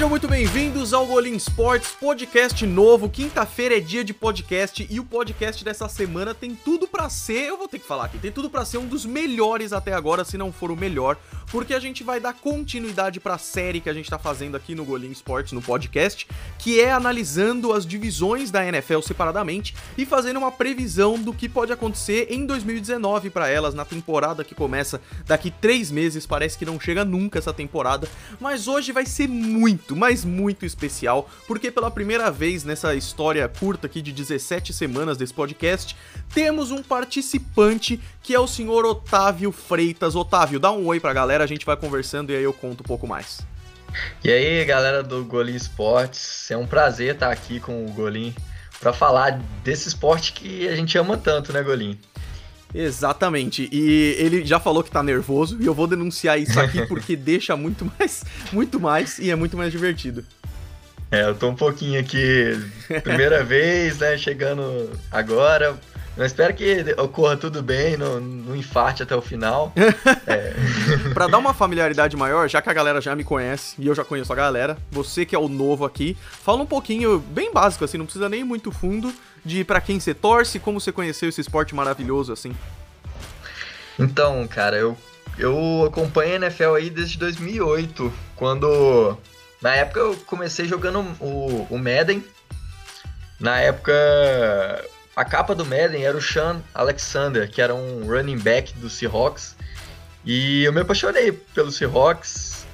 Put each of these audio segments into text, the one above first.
Sejam muito bem-vindos ao Golim Sports, podcast novo. Quinta-feira é dia de podcast e o podcast dessa semana tem tudo pra ser, eu vou ter que falar aqui, tem tudo pra ser um dos melhores até agora, se não for o melhor, porque a gente vai dar continuidade pra série que a gente tá fazendo aqui no Golim Sports, no podcast, que é analisando as divisões da NFL separadamente e fazendo uma previsão do que pode acontecer em 2019 pra elas, na temporada que começa daqui 3 meses, parece que não chega nunca essa temporada, mas hoje vai ser muito, mas muito especial, porque pela primeira vez nessa história curta aqui de 17 semanas desse podcast, temos um participante que é o senhor Otávio Freitas. Otávio, dá um oi pra galera, a gente vai conversando e aí eu conto um pouco mais. E aí, galera do Golim Sports, é um prazer estar aqui com o Golim para falar desse esporte que a gente ama tanto, né, Golim? Exatamente, e ele já falou que tá nervoso e eu vou denunciar isso aqui porque deixa muito mais e é muito mais divertido. Eu tô um pouquinho aqui, primeira vez, né, chegando agora, eu espero que ocorra tudo bem, não infarte até o final. Pra dar uma familiaridade maior, já que a galera já me conhece e eu já conheço a galera, você que é o novo aqui, fala um pouquinho, bem básico assim, não precisa nem ir muito fundo, de pra quem você torce, como você conheceu esse esporte maravilhoso assim. Então, cara, eu acompanho a NFL aí desde 2008, quando, na época eu comecei jogando o Madden, na época a capa do Madden era o Sean Alexander, que era um running back do Seahawks, e eu me apaixonei pelo Seahawks,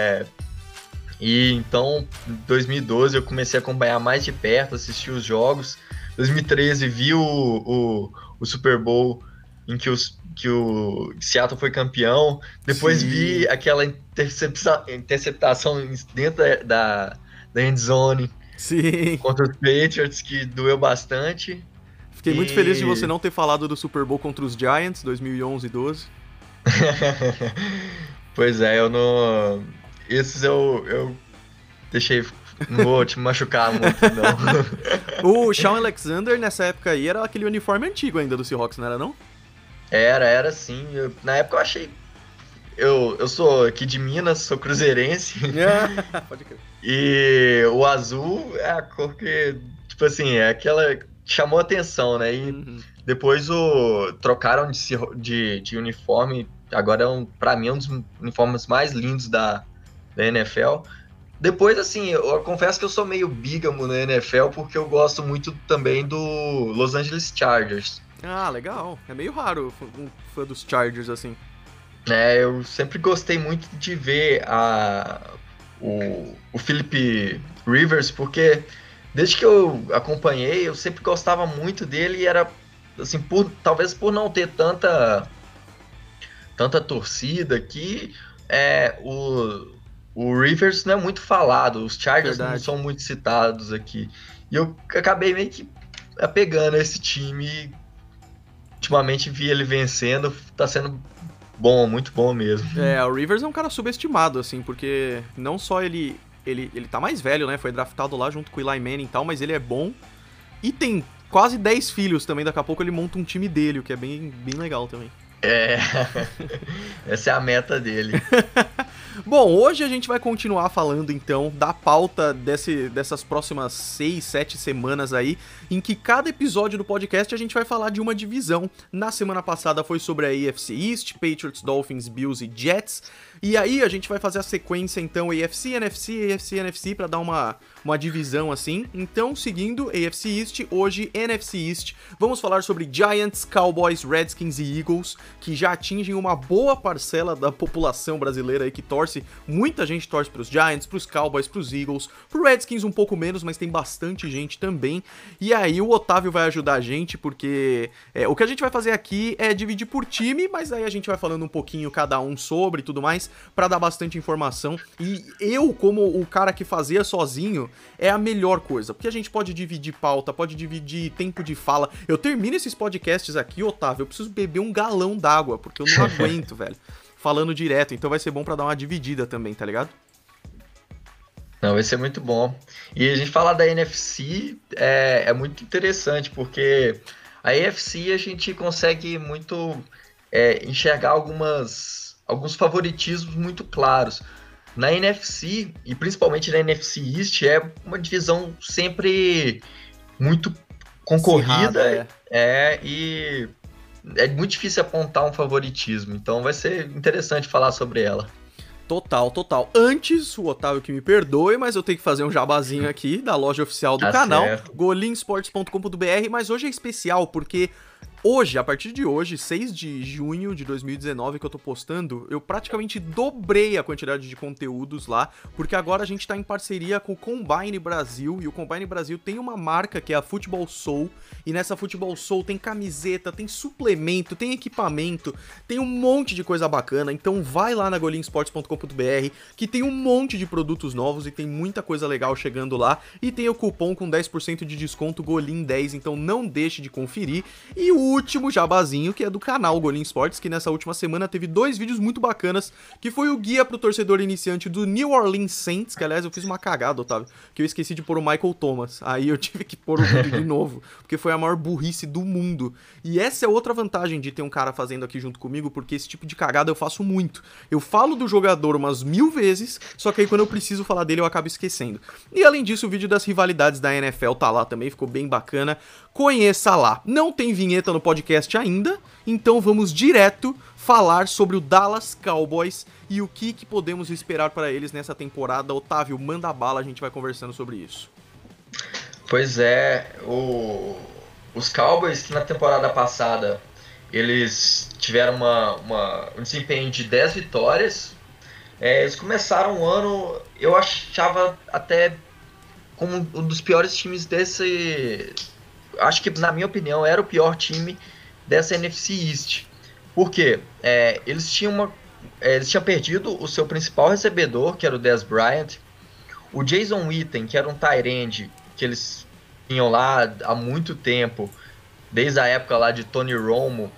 e então em 2012 eu comecei a acompanhar mais de perto, assistir os jogos. 2013 vi o Super Bowl em que o Seattle foi campeão, depois vi aquela interceptação dentro da end zone contra os Patriots, que doeu bastante. Fiquei muito feliz de você não ter falado do Super Bowl contra os Giants, 2011 e 12. Pois é, eu não... Esses eu deixei... Não vou te machucar muito, não. O Sean Alexander, nessa época aí, era aquele uniforme antigo ainda do Seahawks, não era não? Era sim. Na época eu achei... Eu sou aqui de Minas, sou cruzeirense. Pode crer. E o azul é a cor que, tipo assim, é aquela que chamou atenção, né? E depois trocaram de uniforme. Agora, pra mim, é um dos uniformes mais lindos da NFL. Depois, assim, eu confesso que eu sou meio bígamo na NFL, porque eu gosto muito também do Los Angeles Chargers. Ah, legal. É meio raro um fã dos Chargers, assim. Eu sempre gostei muito de ver o Philip Rivers, porque desde que eu acompanhei, eu sempre gostava muito dele e era, assim, talvez por não ter tanta torcida aqui, o Rivers não é muito falado, os Chargers não são muito citados aqui. E eu acabei meio que apegando esse time. Ultimamente vi ele vencendo, tá sendo bom, muito bom mesmo. O Rivers é um cara subestimado, assim, porque não só ele tá mais velho, né? Foi draftado lá junto com o Eli Manning e tal, mas ele é bom. E tem quase 10 filhos também, daqui a pouco ele monta um time dele, o que é bem, bem legal também. Essa é a meta dele. Bom, hoje a gente vai continuar falando então da pauta dessas próximas 6, 7 semanas aí, em que cada episódio do podcast a gente vai falar de uma divisão. Na semana passada foi sobre a AFC East, Patriots, Dolphins, Bills e Jets. E aí a gente vai fazer a sequência então AFC, NFC pra dar uma divisão assim. Então, seguindo AFC East, hoje NFC East, vamos falar sobre Giants, Cowboys, Redskins e Eagles, que já atingem uma boa parcela da população brasileira aí que torce. Muita gente torce pros Giants, pros Cowboys, pros Eagles, pro Redskins um pouco menos, mas tem bastante gente também. E aí o Otávio vai ajudar a gente, porque o que a gente vai fazer aqui é dividir por time, mas aí a gente vai falando um pouquinho cada um sobre e tudo mais, pra dar bastante informação. E eu, como o cara que fazia sozinho, é a melhor coisa, porque a gente pode dividir pauta, pode dividir tempo de fala. Eu termino esses podcasts aqui, Otávio, eu preciso beber um galão d'água, porque eu não aguento, velho, falando direto, então vai ser bom pra dar uma dividida também, tá ligado? Não, vai ser muito bom. E a gente falar da NFC é muito interessante, porque a AFC a gente consegue muito enxergar alguns favoritismos muito claros. na NFC, e principalmente na NFC East, é uma divisão sempre muito Acirrada, concorrida, e é muito difícil apontar um favoritismo, então vai ser interessante falar sobre ela. Total, total. Antes, o Otávio que me perdoe, mas eu tenho que fazer um jabazinho aqui da loja oficial do Tá canal, certo. golinsports.com.br, mas hoje é especial porque hoje, a partir de hoje, 6 de junho de 2019 que eu tô postando, eu praticamente dobrei a quantidade de conteúdos lá, porque agora a gente tá em parceria com o Combine Brasil, e o Combine Brasil tem uma marca que é a Futebol Soul, e nessa Futebol Soul tem camiseta, tem suplemento, tem equipamento, tem um monte de coisa bacana, então vai lá na golinsports.com.br, que tem um monte de produtos novos e tem muita coisa legal chegando lá, e tem o cupom com 10% de desconto GOLIM10, então não deixe de conferir. E o último jabazinho, que é do canal Golim Sports, que nessa última semana teve 2 vídeos muito bacanas, que foi o guia pro torcedor iniciante do New Orleans Saints, que aliás eu fiz uma cagada, Otávio, que eu esqueci de pôr o Michael Thomas, aí eu tive que pôr o vídeo de novo, porque foi a maior burrice do mundo. E essa é outra vantagem de ter um cara fazendo aqui junto comigo, porque esse tipo de cagada eu faço muito. Eu falo do jogador umas 1000 vezes, só que aí quando eu preciso falar dele eu acabo esquecendo. E além disso, o vídeo das rivalidades da NFL tá lá também, ficou bem bacana. Conheça lá. Não tem vinheta no podcast ainda, então vamos direto falar sobre o Dallas Cowboys e o que podemos esperar para eles nessa temporada. Otávio, manda bala, a gente vai conversando sobre isso. Pois é, os Cowboys que na temporada passada eles tiveram um desempenho de 10 vitórias. Eles começaram o ano, eu achava até como um dos piores times desse. Acho que, na minha opinião, era o pior time dessa NFC East. Por quê? Eles tinham perdido o seu principal recebedor, que era o Dez Bryant. O Jason Witten, que era um tight end que eles tinham lá há muito tempo, desde a época lá de Tony Romo,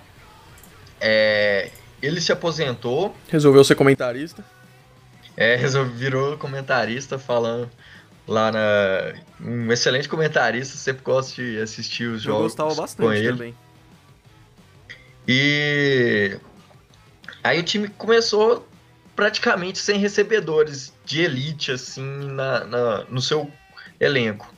ele se aposentou. Resolveu ser comentarista? Virou comentarista falando lá um excelente comentarista, sempre gosto de assistir os jogos. Eu gostava bastante com ele também. E aí o time começou praticamente sem recebedores de elite assim no seu elenco.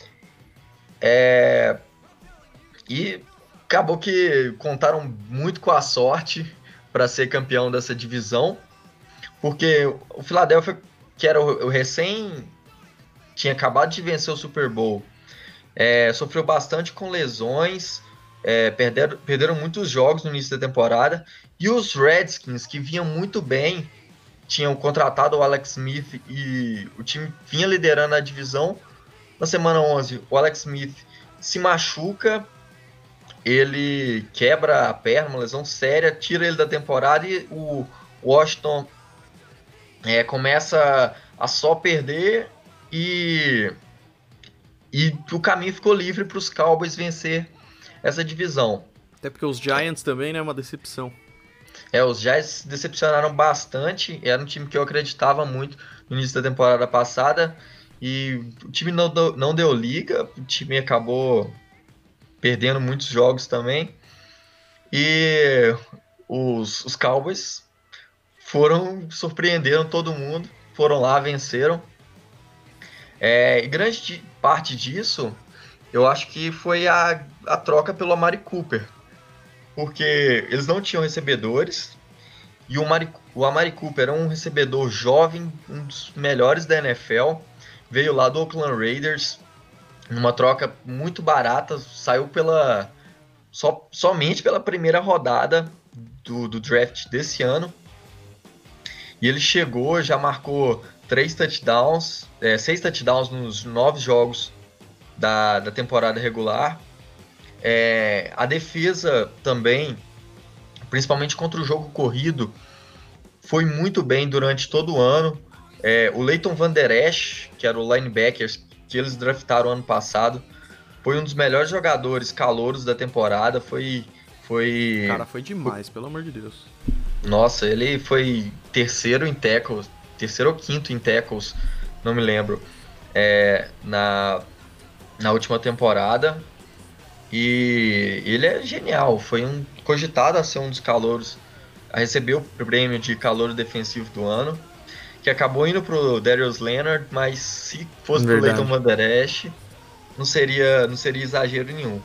E acabou que contaram muito com a sorte para ser campeão dessa divisão, porque o Philadelphia, que era o tinha acabado de vencer o Super Bowl, sofreu bastante com lesões, perderam muitos jogos no início da temporada, e os Redskins, que vinham muito bem, tinham contratado o Alex Smith e o time vinha liderando a divisão. Na semana 11, o Alex Smith se machuca, ele quebra a perna, uma lesão séria, tira ele da temporada, e o Washington começa a só perder, e o caminho ficou livre para os Cowboys vencer essa divisão. Até porque os Giants também, né, uma decepção. Os Giants decepcionaram bastante, era um time que eu acreditava muito no início da temporada passada, e o time não deu liga, o time acabou perdendo muitos jogos também, e os Cowboys surpreenderam todo mundo, foram lá, venceram. E grande parte disso, eu acho que foi a troca pelo Amari Cooper, porque eles não tinham recebedores, e o Amari Cooper é um recebedor jovem, um dos melhores da NFL, veio lá do Oakland Raiders, numa troca muito barata, saiu somente pela primeira rodada do draft desse ano, e ele chegou, já marcou 6 touchdowns nos 9 jogos da temporada regular. A defesa também, principalmente contra o jogo corrido, foi muito bem durante todo o ano. O Leighton Vander Esch, que era o linebacker que eles draftaram ano passado, foi um dos melhores jogadores calouros da temporada. Cara, foi demais, pelo amor de Deus. Nossa, ele foi terceiro ou quinto em tackles, não me lembro, na última temporada. E ele é genial, foi cogitado a ser um dos calouros, a receber o prêmio de calouro defensivo do ano, que acabou indo pro Darius Leonard, mas se fosse pro Verdade. Leighton Vander Esch, não seria exagero nenhum.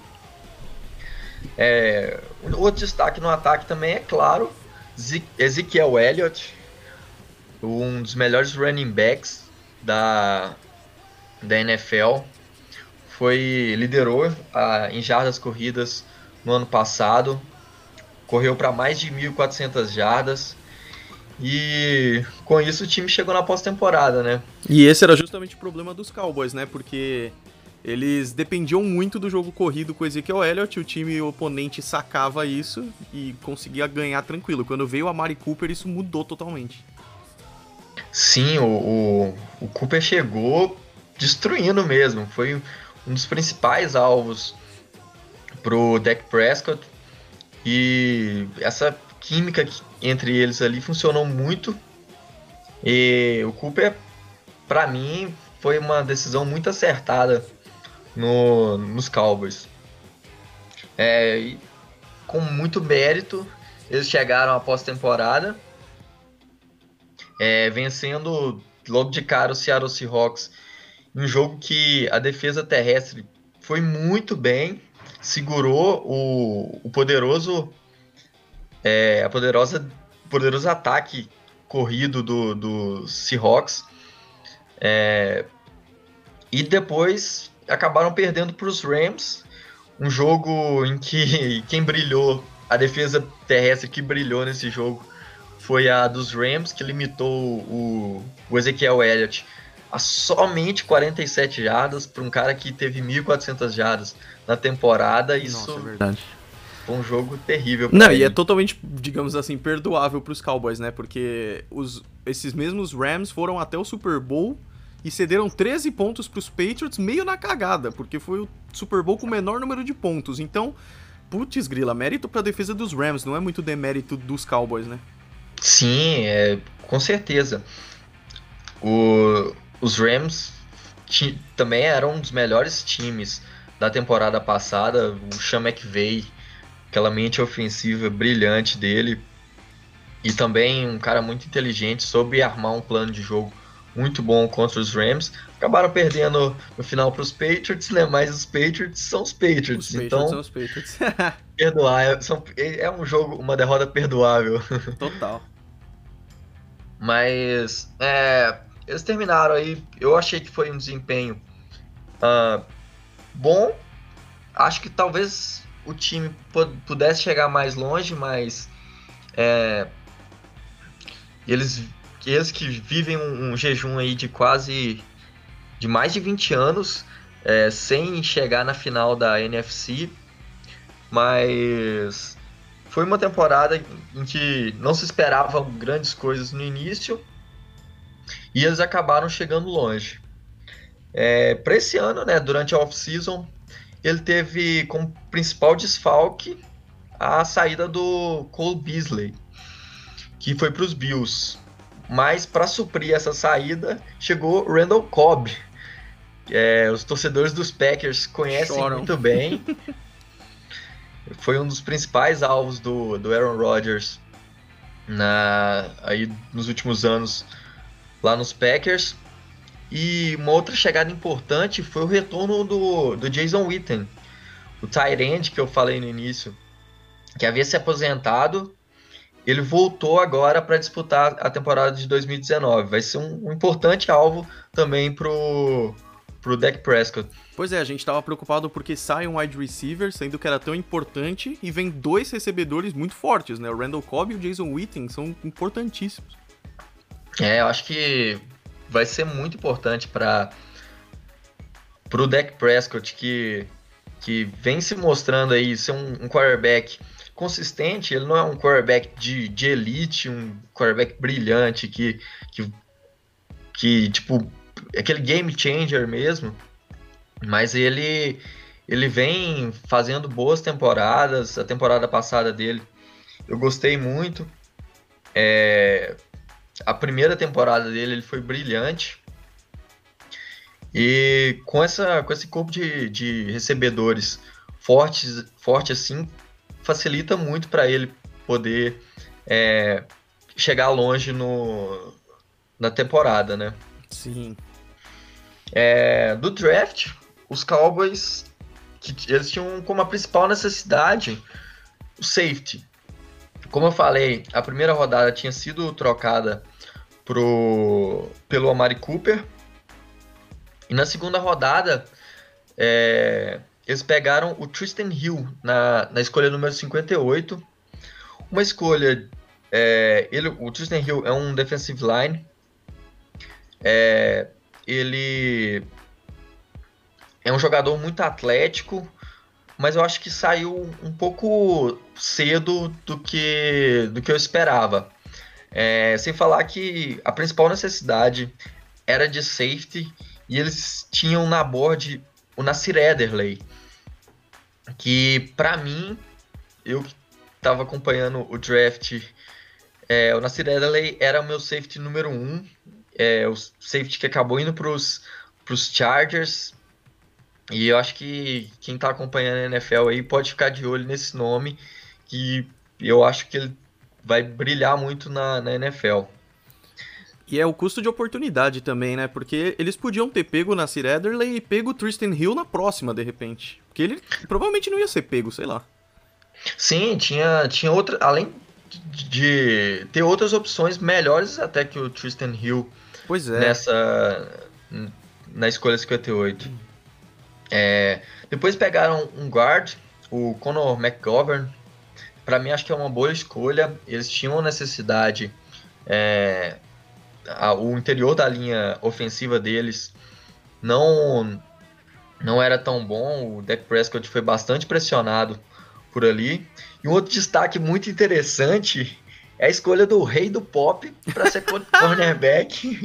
Outro destaque no ataque também é claro, Ezekiel Elliott, um dos melhores running backs da NFL, liderou em jardas corridas no ano passado, correu para mais de 1.400 jardas, e com isso o time chegou na pós-temporada, né? E esse era justamente o problema dos Cowboys, né? Porque eles dependiam muito do jogo corrido com o Ezekiel Elliott, o time oponente sacava isso e conseguia ganhar tranquilo. Quando veio a Amari Cooper, isso mudou totalmente. Sim, o Cooper chegou destruindo mesmo. Foi um dos principais alvos pro Dak Prescott. E essa química entre eles ali funcionou muito. E o Cooper, para mim, foi uma decisão muito acertada nos Cowboys. E com muito mérito, eles chegaram à pós-temporada, vencendo logo de cara o Seattle Seahawks, em um jogo que a defesa terrestre foi muito bem, segurou o poderoso ataque corrido do Seahawks, e depois acabaram perdendo para os Rams, um jogo em que quem brilhou, a defesa terrestre que brilhou nesse jogo foi a dos Rams, que limitou o Ezekiel Elliott a somente 47 jardas para um cara que teve 1.400 jardas na temporada. Isso Nossa, é verdade. foi um jogo terrível pra ele. E é totalmente, digamos assim, perdoável pros Cowboys, né? Porque esses mesmos Rams foram até o Super Bowl e cederam 13 pontos pros Patriots meio na cagada, porque foi o Super Bowl com o menor número de pontos. Então, putz grila, mérito pra defesa dos Rams, não é muito demérito dos Cowboys, né? Sim, com certeza. Os Rams também eram um dos melhores times da temporada passada. O Sean McVay, aquela mente ofensiva brilhante dele, e também um cara muito inteligente, soube armar um plano de jogo muito bom contra os Rams. Acabaram perdendo no final para os Patriots, né? Mas os Patriots são os Patriots. Os Patriots então, são os Patriots. perdoar, é um jogo, uma derrota perdoável. Total. Mas eles terminaram aí. Eu achei que foi um desempenho bom. Acho que talvez o time pudesse chegar mais longe, mas eles que vivem um jejum aí de mais de 20 anos, sem chegar na final da NFC, mas foi uma temporada em que não se esperavam grandes coisas no início e eles acabaram chegando longe. Para esse ano, né, durante a off-season, ele teve como principal desfalque a saída do Cole Beasley, que foi para os Bills. Mas para suprir essa saída, chegou Randall Cobb. Os torcedores dos Packers conhecem muito bem. Foi um dos principais alvos do Aaron Rodgers aí nos últimos anos lá nos Packers. E uma outra chegada importante foi o retorno do Jason Witten, o tight end que eu falei no início, que havia se aposentado. Ele voltou agora para disputar a temporada de 2019. Vai ser um importante alvo também pro Dak Prescott. Pois é, a gente tava preocupado porque sai um wide receiver, sendo que era tão importante, e vem dois recebedores muito fortes, né? O Randall Cobb e o Jason Witten são importantíssimos. Eu acho que vai ser muito importante pro Dak Prescott, que vem se mostrando aí ser um quarterback consistente. Ele não é um quarterback de elite, um quarterback brilhante que tipo, é aquele game changer mesmo, mas ele vem fazendo boas temporadas. A temporada passada dele eu gostei muito. A primeira temporada dele ele foi brilhante, e com esse corpo de recebedores forte assim, facilita muito para ele poder chegar longe na temporada, né? Sim. Do draft, os Cowboys, eles tinham como a principal necessidade o safety. Como eu falei, a primeira rodada tinha sido trocada pelo Amari Cooper. E na segunda rodada, eles pegaram o Tristan Hill na escolha número 58. Uma escolha... o Tristan Hill é um defensive line. Ele é um jogador muito atlético, mas eu acho que saiu um pouco cedo do que eu esperava. Sem falar que a principal necessidade era de safety, e eles tinham na board o Nasir Adderley, que para mim, eu que estava acompanhando o draft, o Nasir Adderley era o meu safety número 1, o safety que acabou indo pros Chargers. E eu acho que quem tá acompanhando a NFL aí pode ficar de olho nesse nome, que eu acho que ele vai brilhar muito na NFL. E é o custo de oportunidade também, né? Porque eles podiam ter pego o Nasir Adderley e pego o Tristan Hill na próxima, de repente. Porque ele provavelmente não ia ser pego, sei lá. Sim, tinha outra, além de ter outras opções melhores até que o Tristan Hill. Pois é. Na escolha 58. Depois pegaram um guard, o Conor McGovern. Para mim, acho que é uma boa escolha. Eles tinham necessidade. O interior da linha ofensiva deles não era tão bom. O Dak Prescott foi bastante pressionado por ali. E um outro destaque muito interessante é a escolha do rei do pop para ser cornerback.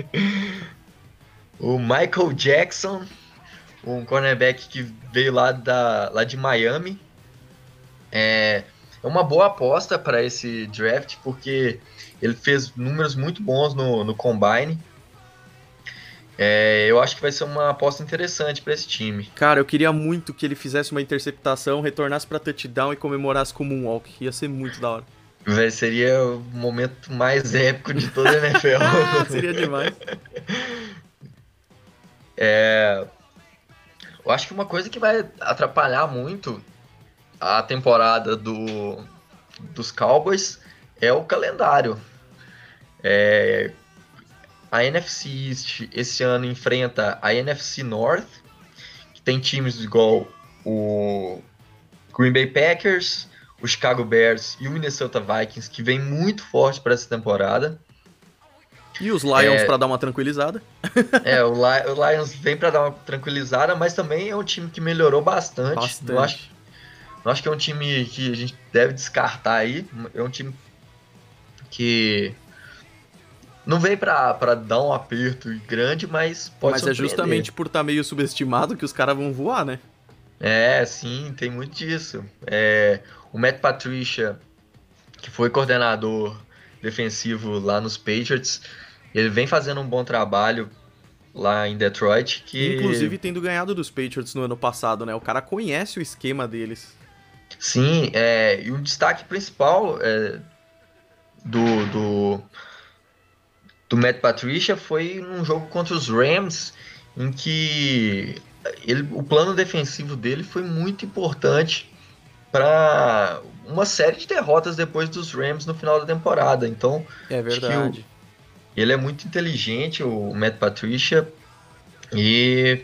O Michael Jackson, um cornerback que veio lá de Miami. É uma boa aposta para esse draft, porque ele fez números muito bons no Combine. Eu acho que vai ser uma aposta interessante para esse time. Cara, eu queria muito que ele fizesse uma interceptação, retornasse para touchdown e comemorasse como um walk. Ia ser muito da hora. Seria o momento mais épico de toda a NFL. Seria demais. Eu acho que uma coisa que vai atrapalhar muito a temporada dos Cowboys é o calendário. A NFC East esse ano enfrenta a NFC North, que tem times igual o Green Bay Packers, o Chicago Bears e o Minnesota Vikings, que vem muito forte para essa temporada. E os Lions para dar uma tranquilizada. O Lions vem para dar uma tranquilizada, mas também é um time que melhorou bastante. Não acho que é um time que a gente deve descartar aí. É um time que não veio para dar um aperto grande, mas pode surpreender. Mas é justamente por estar meio subestimado que os caras vão voar, né? Sim, tem muito disso. O Matt Patricia, que foi coordenador defensivo lá nos Patriots, ele vem fazendo um bom trabalho lá em Detroit. Inclusive tendo ganhado dos Patriots no ano passado, né? O cara conhece o esquema deles. Sim, e o destaque principal do Matt Patricia foi num jogo contra os Rams, em que o plano defensivo dele foi muito importante para uma série de derrotas depois dos Rams no final da temporada. Então, é verdade. Ele é muito inteligente, o Matt Patricia, e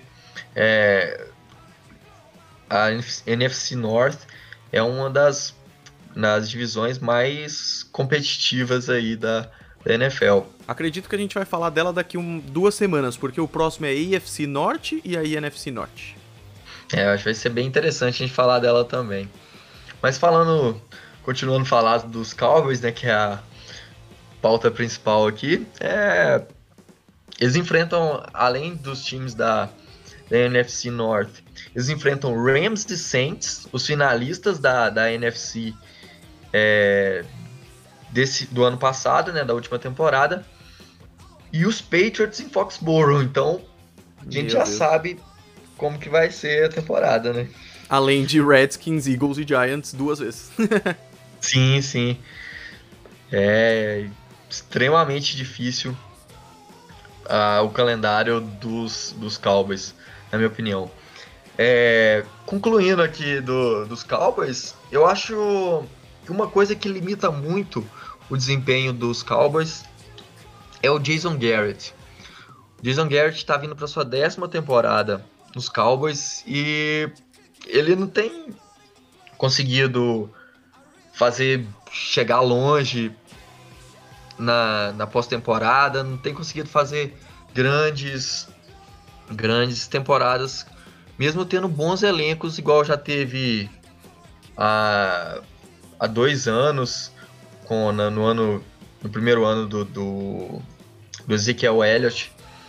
a NFC North é uma das divisões mais competitivas aí da NFL. Acredito que a gente vai falar dela daqui 2 semanas, porque o próximo é a AFC Norte e a NFC Norte. Acho que vai ser bem interessante a gente falar dela também. Mas continuando a falar dos Cowboys, né, que é a pauta principal aqui, eles enfrentam, além dos times da NFC North, eles enfrentam Rams e Saints, os finalistas da NFC do ano passado, né, da última temporada, e os Patriots em Foxborough. Então, a gente já sabe como que vai ser a temporada, né? Além de Redskins, Eagles e Giants 2 vezes. Sim. É extremamente difícil o calendário dos Cowboys, na minha opinião. Concluindo aqui dos Cowboys, eu acho que uma coisa que limita muito o desempenho dos Cowboys é o Jason Garrett. O Jason Garrett está vindo para sua 10ª temporada nos Cowboys e ele não tem conseguido chegar longe na pós-temporada, não tem conseguido fazer grandes temporadas, mesmo tendo bons elencos, igual já teve há 2 anos, no primeiro ano do Ezekiel Elliott,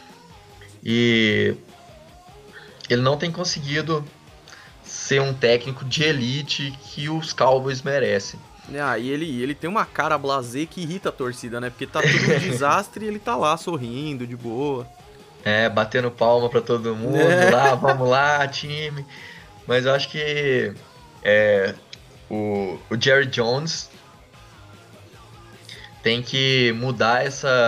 e ele não tem conseguido ser um técnico de elite que os Cowboys merecem. E ele tem uma cara blasé que irrita a torcida, né? Porque tá tudo um desastre e ele tá lá sorrindo, de boa. Batendo palma pra todo mundo, lá, vamos lá, time. Mas eu acho que o Jerry Jones tem que mudar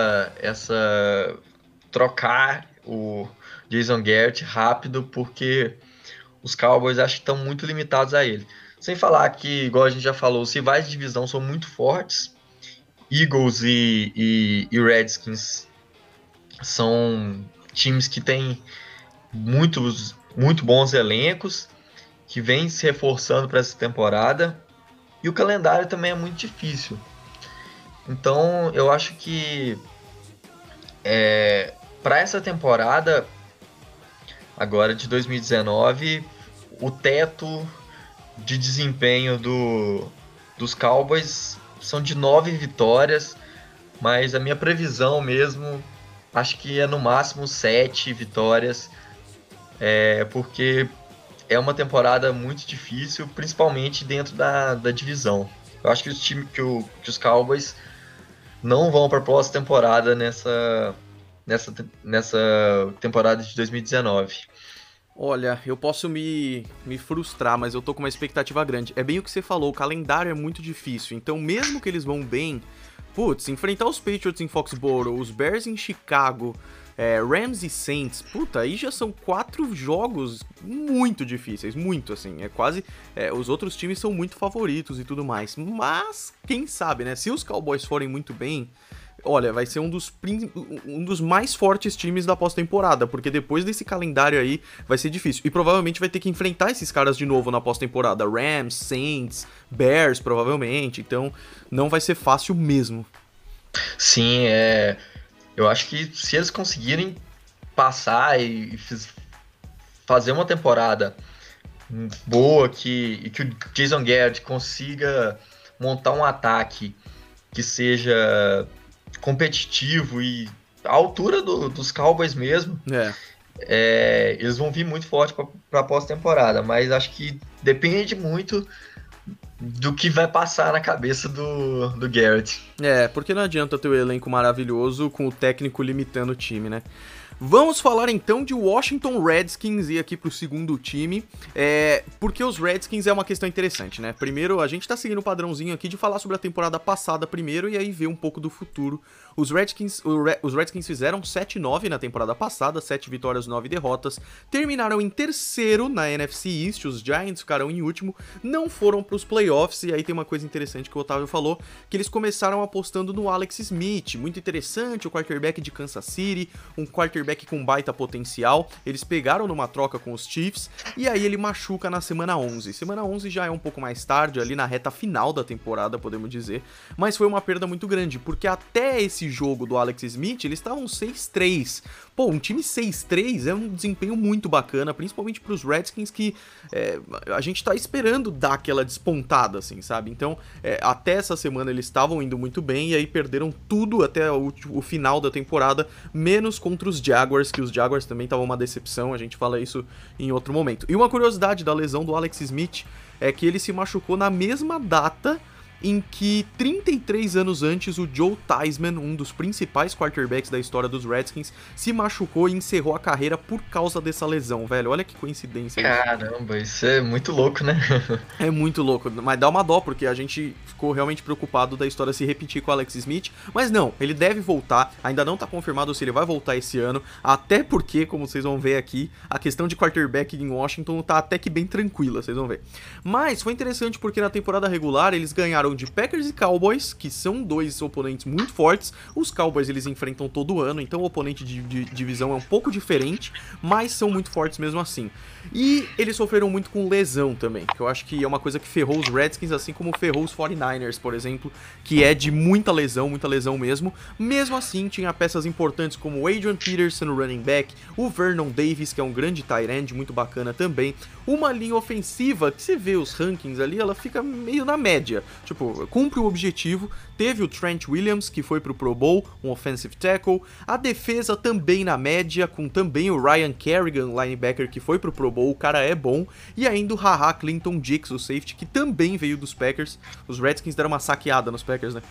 trocar o Jason Garrett rápido, porque os Cowboys acho que estão muito limitados a ele. Sem falar que, igual a gente já falou, os rivais de divisão são muito fortes. Eagles e Redskins são times que têm muito bons elencos, que vêm se reforçando para essa temporada. E o calendário também é muito difícil. Então, eu acho que para essa temporada, agora de 2019, o teto de desempenho dos Cowboys são de 9 vitórias, mas a minha previsão mesmo, acho que é no máximo 7 vitórias, porque é uma temporada muito difícil, principalmente dentro da divisão. Eu acho que os Cowboys não vão para a próxima temporada nessa temporada de 2019. Olha, eu posso me frustrar, mas eu tô com uma expectativa grande. É bem o que você falou, o calendário é muito difícil. Então, mesmo que eles vão bem, enfrentar os Patriots em Foxborough, os Bears em Chicago, Rams e Saints, aí já são 4 jogos muito difíceis, muito assim. Os outros times são muito favoritos e tudo mais. Mas, quem sabe, né? Se os Cowboys forem muito bem, olha, vai ser um dos mais fortes times da pós-temporada, porque depois desse calendário aí vai ser difícil. E provavelmente vai ter que enfrentar esses caras de novo na pós-temporada. Rams, Saints, Bears, provavelmente. Então, não vai ser fácil mesmo. Sim, eu acho que se eles conseguirem passar e fazer uma temporada boa, e que o Jason Garrett consiga montar um ataque que seja competitivo e à altura dos Cowboys mesmo, eles vão vir muito forte para a pós-temporada, mas acho que depende muito do que vai passar na cabeça do Garrett. Porque não adianta ter o elenco maravilhoso com o técnico limitando o time, né? Vamos falar então de Washington Redskins e aqui pro segundo time, porque os Redskins é uma questão interessante, né? Primeiro, a gente tá seguindo o padrãozinho aqui de falar sobre a temporada passada primeiro e aí ver um pouco do futuro. Os Redskins fizeram 7-9 na temporada passada, 7 vitórias, 9 derrotas, terminaram em terceiro na NFC East, os Giants ficaram em último, não foram pros playoffs, e aí tem uma coisa interessante que o Otávio falou, que eles começaram apostando no Alex Smith, muito interessante, o quarterback de Kansas City, um quarterback com baita potencial. Eles pegaram numa troca com os Chiefs e aí ele machuca na semana 11. Semana 11 já é um pouco mais tarde, ali na reta final da temporada, podemos dizer, mas foi uma perda muito grande, porque até esse jogo do Alex Smith, eles estavam 6-3. Um time 6-3 é um desempenho muito bacana, principalmente para os Redskins, que a gente tá esperando dar aquela despontada, assim, sabe? Então, até essa semana eles estavam indo muito bem e aí perderam tudo até o final da temporada, menos contra os Jaguars, que os Jaguars também estavam uma decepção, a gente fala isso em outro momento. E uma curiosidade da lesão do Alex Smith é que ele se machucou na mesma data em que 33 anos antes o Joe Theismann, um dos principais quarterbacks da história dos Redskins, se machucou e encerrou a carreira por causa dessa lesão, velho. Olha que coincidência isso. Caramba, isso é muito louco, né? É muito louco, mas dá uma dó, porque a gente ficou realmente preocupado da história se repetir com o Alex Smith, mas não, ele deve voltar, ainda não tá confirmado se ele vai voltar esse ano, até porque, como vocês vão ver aqui, a questão de quarterback em Washington tá até que bem tranquila, vocês vão ver. Mas foi interessante porque na temporada regular eles ganharam de Packers e Cowboys, que são dois oponentes muito fortes. Os Cowboys eles enfrentam todo ano, então o oponente de divisão é um pouco diferente, mas são muito fortes mesmo assim. E eles sofreram muito com lesão também, que eu acho que é uma coisa que ferrou os Redskins, assim como ferrou os 49ers, por exemplo, que é de muita lesão mesmo. Mesmo assim, tinha peças importantes como o Adrian Peterson, o running back, o Vernon Davis, que é um grande tight end, muito bacana também. Uma linha ofensiva, que você vê os rankings ali, ela fica meio na média. Tipo, cumpre o objetivo. Teve o Trent Williams, que foi pro Pro Bowl, um offensive tackle. A defesa também na média, com também o Ryan Kerrigan, linebacker, que foi pro Pro Bowl. O cara é bom. E ainda o Haha Clinton Dix, o safety, que também veio dos Packers. Os Redskins deram uma saqueada nos Packers, né?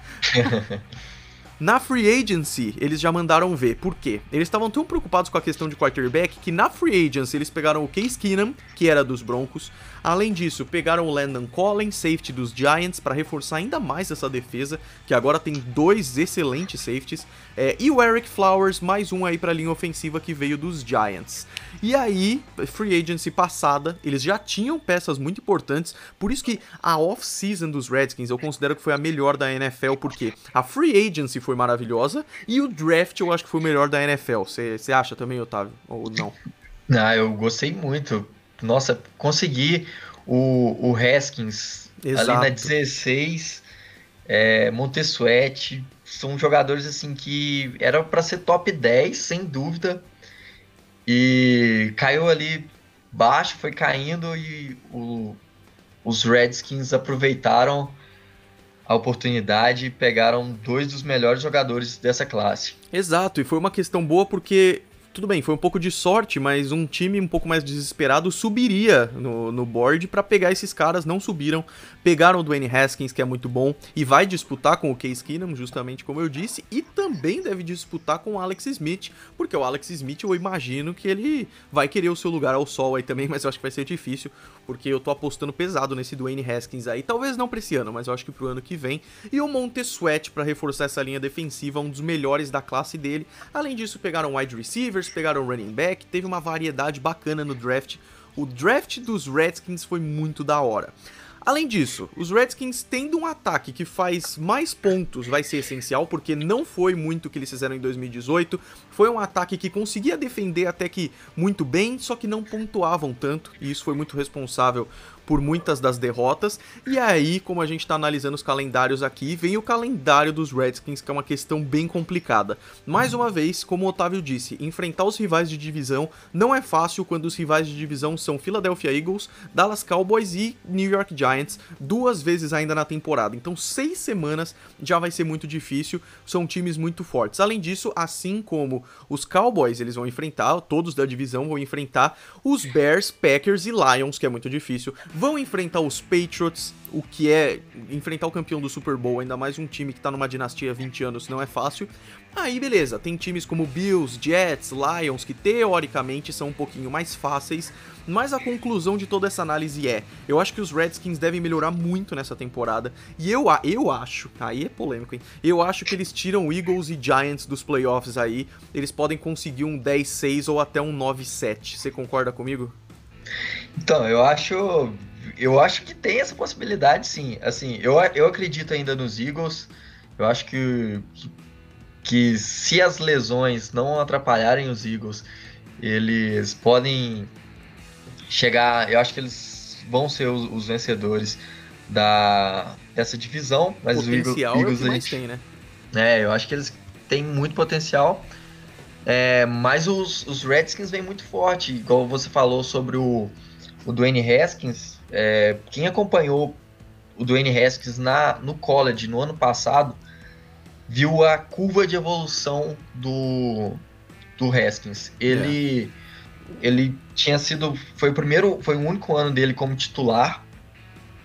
Na Free Agency, eles já mandaram ver. Por quê? Eles estavam tão preocupados com a questão de quarterback que na Free Agency eles pegaram o Case Keenum, que era dos Broncos. Além disso, pegaram o Landon Collins, safety dos Giants, para reforçar ainda mais essa defesa, que agora tem dois excelentes safeties. E o Eric Flowers, mais um aí para a linha ofensiva que veio dos Giants. E aí, Free Agency passada, eles já tinham peças muito importantes, por isso que a off-season dos Redskins eu considero que foi a melhor da NFL, porque a Free Agency foi maravilhosa e o draft eu acho que foi o melhor da NFL. Você acha também, Otávio? Ou não? Eu gostei muito. Nossa, consegui o Haskins Exato. ali na 16, Montesuete, são jogadores assim que era para ser top 10, sem dúvida, e caiu ali baixo, foi caindo e os Redskins aproveitaram a oportunidade e pegaram dois dos melhores jogadores dessa classe. Exato, e foi uma questão boa porque, tudo bem, foi um pouco de sorte, mas um time um pouco mais desesperado subiria no board pra pegar esses caras, não subiram, pegaram o Dwayne Haskins, que é muito bom, e vai disputar com o Case Keenum, justamente como eu disse, e também deve disputar com o Alex Smith, porque o Alex Smith eu imagino que ele vai querer o seu lugar ao sol aí também, mas eu acho que vai ser difícil, porque eu tô apostando pesado nesse Dwayne Haskins aí, talvez não pra esse ano, mas eu acho que pro ano que vem, e o Montesuete pra reforçar essa linha defensiva, um dos melhores da classe dele. Além disso, pegaram wide receivers, pegaram running back, teve uma variedade bacana no draft. O draft dos Redskins foi muito da hora. Além disso, os Redskins tendo um ataque que faz mais pontos vai ser essencial, porque não foi muito o que eles fizeram em 2018, foi um ataque que conseguia defender até que muito bem, só que não pontuavam tanto, e isso foi muito responsável por muitas das derrotas. E aí, como a gente tá analisando os calendários aqui, vem o calendário dos Redskins, que é uma questão bem complicada. Mais uma vez, como o Otávio disse, enfrentar os rivais de divisão não é fácil quando os rivais de divisão são Philadelphia Eagles, Dallas Cowboys e New York Giants, duas vezes ainda na temporada. Então 6 semanas já vai ser muito difícil, são times muito fortes. Além disso, assim como os Cowboys, eles vão enfrentar, todos da divisão vão enfrentar os Bears, Packers e Lions, que é muito difícil. Vão enfrentar os Patriots, o que é enfrentar o campeão do Super Bowl, ainda mais um time que tá numa dinastia há 20 anos, não é fácil. Aí beleza, tem times como Bills, Jets, Lions, que teoricamente são um pouquinho mais fáceis, mas a conclusão de toda essa análise eu acho que os Redskins devem melhorar muito nessa temporada, e eu acho, aí é polêmico, hein? Eu acho que eles tiram Eagles e Giants dos playoffs aí, eles podem conseguir um 10-6 ou até um 9-7, você concorda comigo? Então, eu acho que tem essa possibilidade, sim. Assim, eu acredito ainda nos Eagles. Eu acho que se as lesões não atrapalharem os Eagles, eles podem chegar. Eu acho que eles vão ser os vencedores dessa divisão. Mas potencial o Eagles é o que mais tem, né? Eu acho que eles têm muito potencial. Mas os Redskins vêm muito forte, igual você falou sobre o Dwayne Haskins. Quem acompanhou o Dwayne Haskins no college no ano passado viu a curva de evolução do Haskins. Ele tinha sido, foi o único ano dele como titular,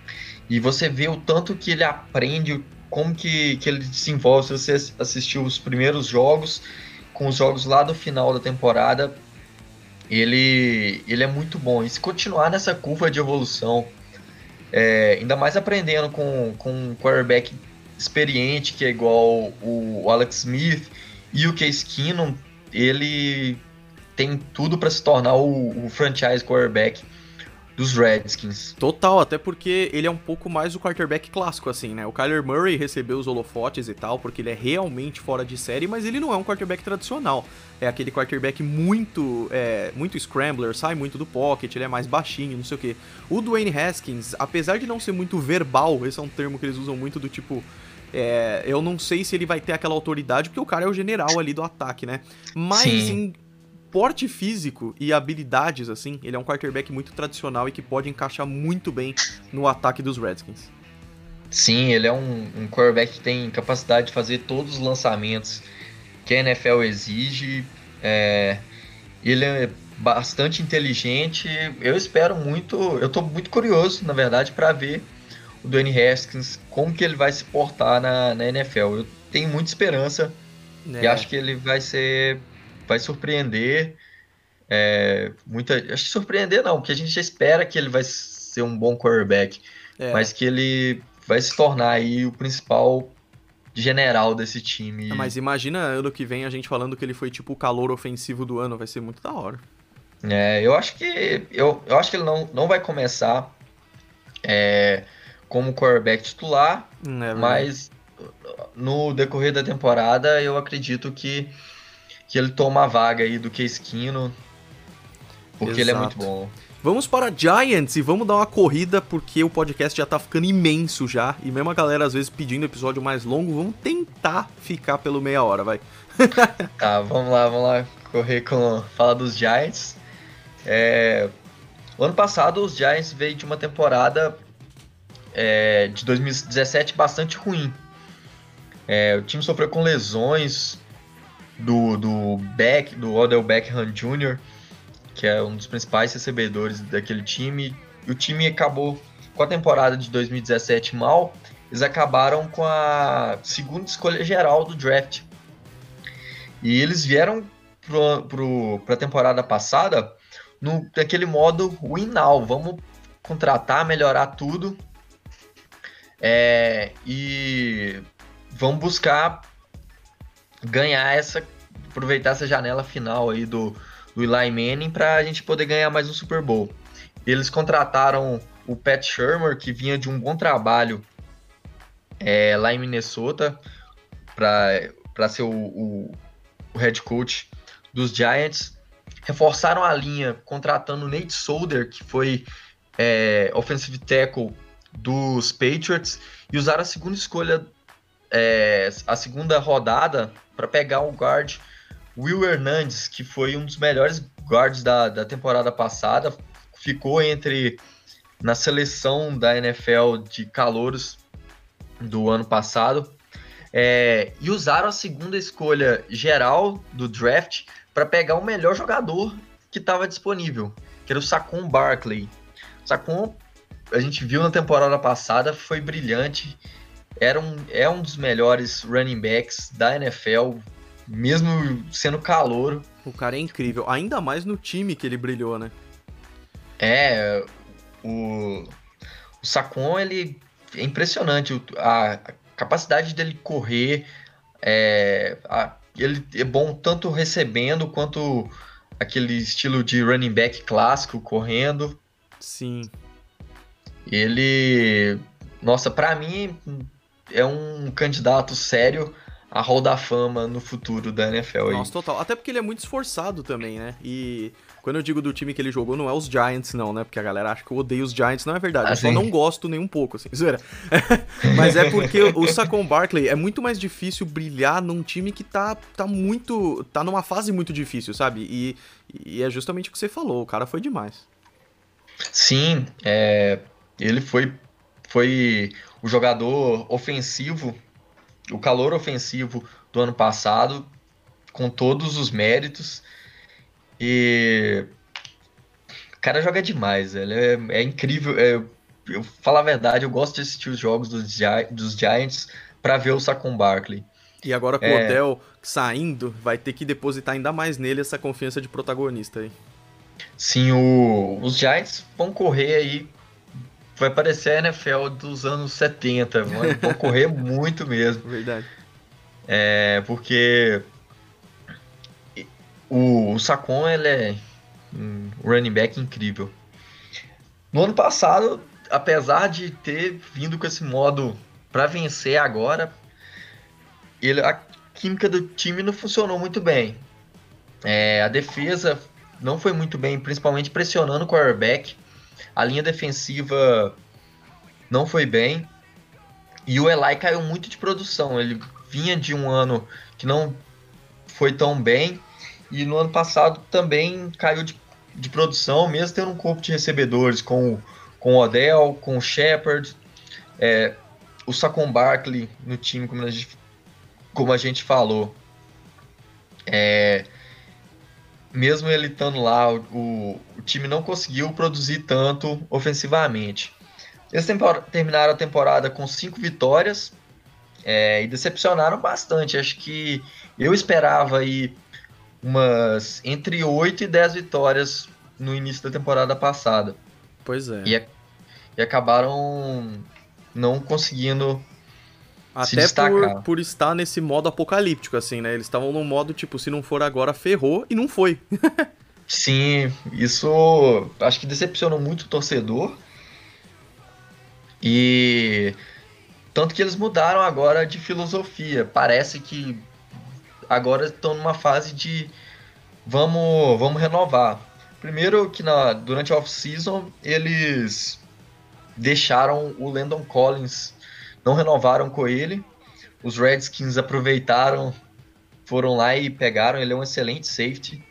E você vê o tanto que ele aprende, como que ele desenvolve. Se você assistiu os primeiros jogos, com os jogos lá do final da temporada, ele é muito bom. E se continuar nessa curva de evolução, ainda mais aprendendo com um quarterback experiente, que é igual o Alex Smith e o Case Keenum, ele tem tudo para se tornar o franchise quarterback dos Redskins. Total, até porque ele é um pouco mais o quarterback clássico, assim, né? O Kyler Murray recebeu os holofotes e tal, porque ele é realmente fora de série, mas ele não é um quarterback tradicional. É aquele quarterback muito scrambler, sai muito do pocket, ele é mais baixinho, não sei o quê. O Dwayne Haskins, apesar de não ser muito verbal, esse é um termo que eles usam muito do tipo... eu não sei se ele vai ter aquela autoridade, porque o cara é o general ali do ataque, né? Mas Sim. em porte físico e habilidades, assim, ele é um quarterback muito tradicional e que pode encaixar muito bem no ataque dos Redskins. Sim, ele é um quarterback que tem capacidade de fazer todos os lançamentos que a NFL exige. Ele é bastante inteligente. Eu espero muito, eu tô muito curioso, na verdade, para ver o Dwayne Haskins, como que ele vai se portar na NFL. Eu tenho muita esperança e É, acho que ele vai surpreender. Acho que surpreender não, porque a gente já espera que ele vai ser um bom quarterback, é. mas que ele vai se tornar aí o principal general desse time. Mas imagina ano que vem a gente falando que ele foi tipo o calor ofensivo do ano, vai ser muito da hora. Eu acho que ele não vai começar como quarterback titular, É verdade. mas no decorrer da temporada eu acredito que ele toma a vaga aí do Case Keenum, porque ele é muito Exato. bom. Vamos para Giants e vamos dar uma corrida, porque o podcast já tá ficando imenso já. E mesmo a galera às vezes pedindo episódio mais longo, vamos tentar ficar pelo meia hora, vai. Tá, vamos lá, falar dos Giants. O ano passado os Giants veio de uma temporada de 2017 bastante ruim. O time sofreu com lesões do Odell Beckham Jr., que é um dos principais recebedores daquele time. E o time acabou com a temporada de 2017 mal. Eles acabaram com a segunda escolha geral do draft. E eles vieram para a temporada passada naquele modo win now. Vamos contratar, melhorar tudo. E vamos buscar aproveitar essa janela final aí do Eli Manning para a gente poder ganhar mais um Super Bowl. Eles contrataram o Pat Shurmur, que vinha de um bom trabalho lá em Minnesota, para ser o head coach dos Giants. Reforçaram a linha contratando o Nate Solder, que foi offensive tackle dos Patriots, e usaram a segunda escolha, a segunda rodada, para pegar o guard Will Hernandez, que foi um dos melhores guards da temporada passada, ficou na seleção da NFL de calouros do ano passado, e usaram a segunda escolha geral do draft para pegar o melhor jogador que estava disponível, que era o Saquon Barkley. O Saquon, a gente viu na temporada passada, foi brilhante, é um dos melhores running backs da NFL, mesmo sendo calouro. O cara é incrível, ainda mais no time que ele brilhou, né? O Saquon, ele é impressionante, a capacidade dele correr, ele é bom tanto recebendo quanto aquele estilo de running back clássico, correndo. Sim. Nossa, pra mim é um candidato sério a Hall da Fama no futuro da NFL aí. Nossa, total. Até porque ele é muito esforçado também, né? E quando eu digo do time que ele jogou, não é os Giants, não, né? Porque a galera acha que eu odeio os Giants, não é verdade. Eu só não gosto nem um pouco, assim, zoeira. Mas é porque o Saquon Barkley é muito mais difícil brilhar num time que tá numa fase muito difícil, sabe? E é justamente o que você falou, o cara foi demais. Sim, ele foi o jogador ofensivo, o calor ofensivo do ano passado, com todos os méritos. E o cara joga demais, ele é incrível. eu falar a verdade, eu gosto de assistir os jogos dos Giants para ver o Saquon Barkley. E agora com o Odell saindo, vai ter que depositar ainda mais nele essa confiança de protagonista aí. Sim, os Giants vão correr aí, vai parecer a NFL dos anos 70, vão correr muito mesmo. Verdade. Porque o Saquon, ele é um running back incrível. No ano passado, apesar de ter vindo com esse modo para vencer agora, a química do time não funcionou muito bem. A defesa não foi muito bem, principalmente pressionando o quarterback. A linha defensiva não foi bem. E o Eli caiu muito de produção. Ele vinha de um ano que não foi tão bem. E no ano passado também caiu de produção, mesmo tendo um corpo de recebedores com o Odell, com o Shepard, o Saquon Barkley no time, como a gente falou. Mesmo ele estando lá, o time não conseguiu produzir tanto ofensivamente. Eles terminaram a temporada com 5 vitórias e decepcionaram bastante. Acho que eu esperava aí umas entre 8 e 10 vitórias no início da temporada passada. Pois é. E acabaram não conseguindo se Até destacar. por estar nesse modo apocalíptico, assim, né? Eles estavam num modo, tipo, se não for agora, ferrou, e não foi. Sim, isso acho que decepcionou muito o torcedor. E tanto que eles mudaram agora de filosofia. Parece que agora estão numa fase de vamos renovar. Primeiro que durante a off-season eles deixaram o Landon Collins, não renovaram com ele. Os Redskins aproveitaram, foram lá e pegaram, ele é um excelente safety.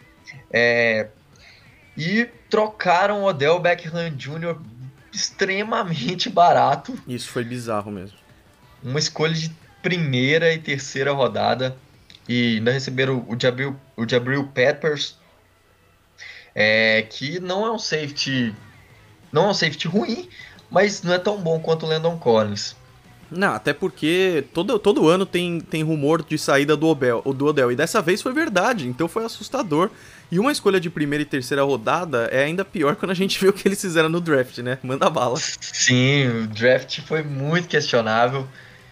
E trocaram o Odell Beckham Jr. extremamente barato. Isso foi bizarro mesmo. Uma escolha de primeira e terceira rodada. E ainda receberam o Jabril Peppers, que não é um safety ruim, mas não é tão bom quanto o Landon Collins. Não, até porque todo ano tem rumor de saída do Odell, e dessa vez foi verdade, então foi assustador. E uma escolha de primeira e terceira rodada é ainda pior quando a gente vê o que eles fizeram no draft, né? Manda bala. Sim, o draft foi muito questionável.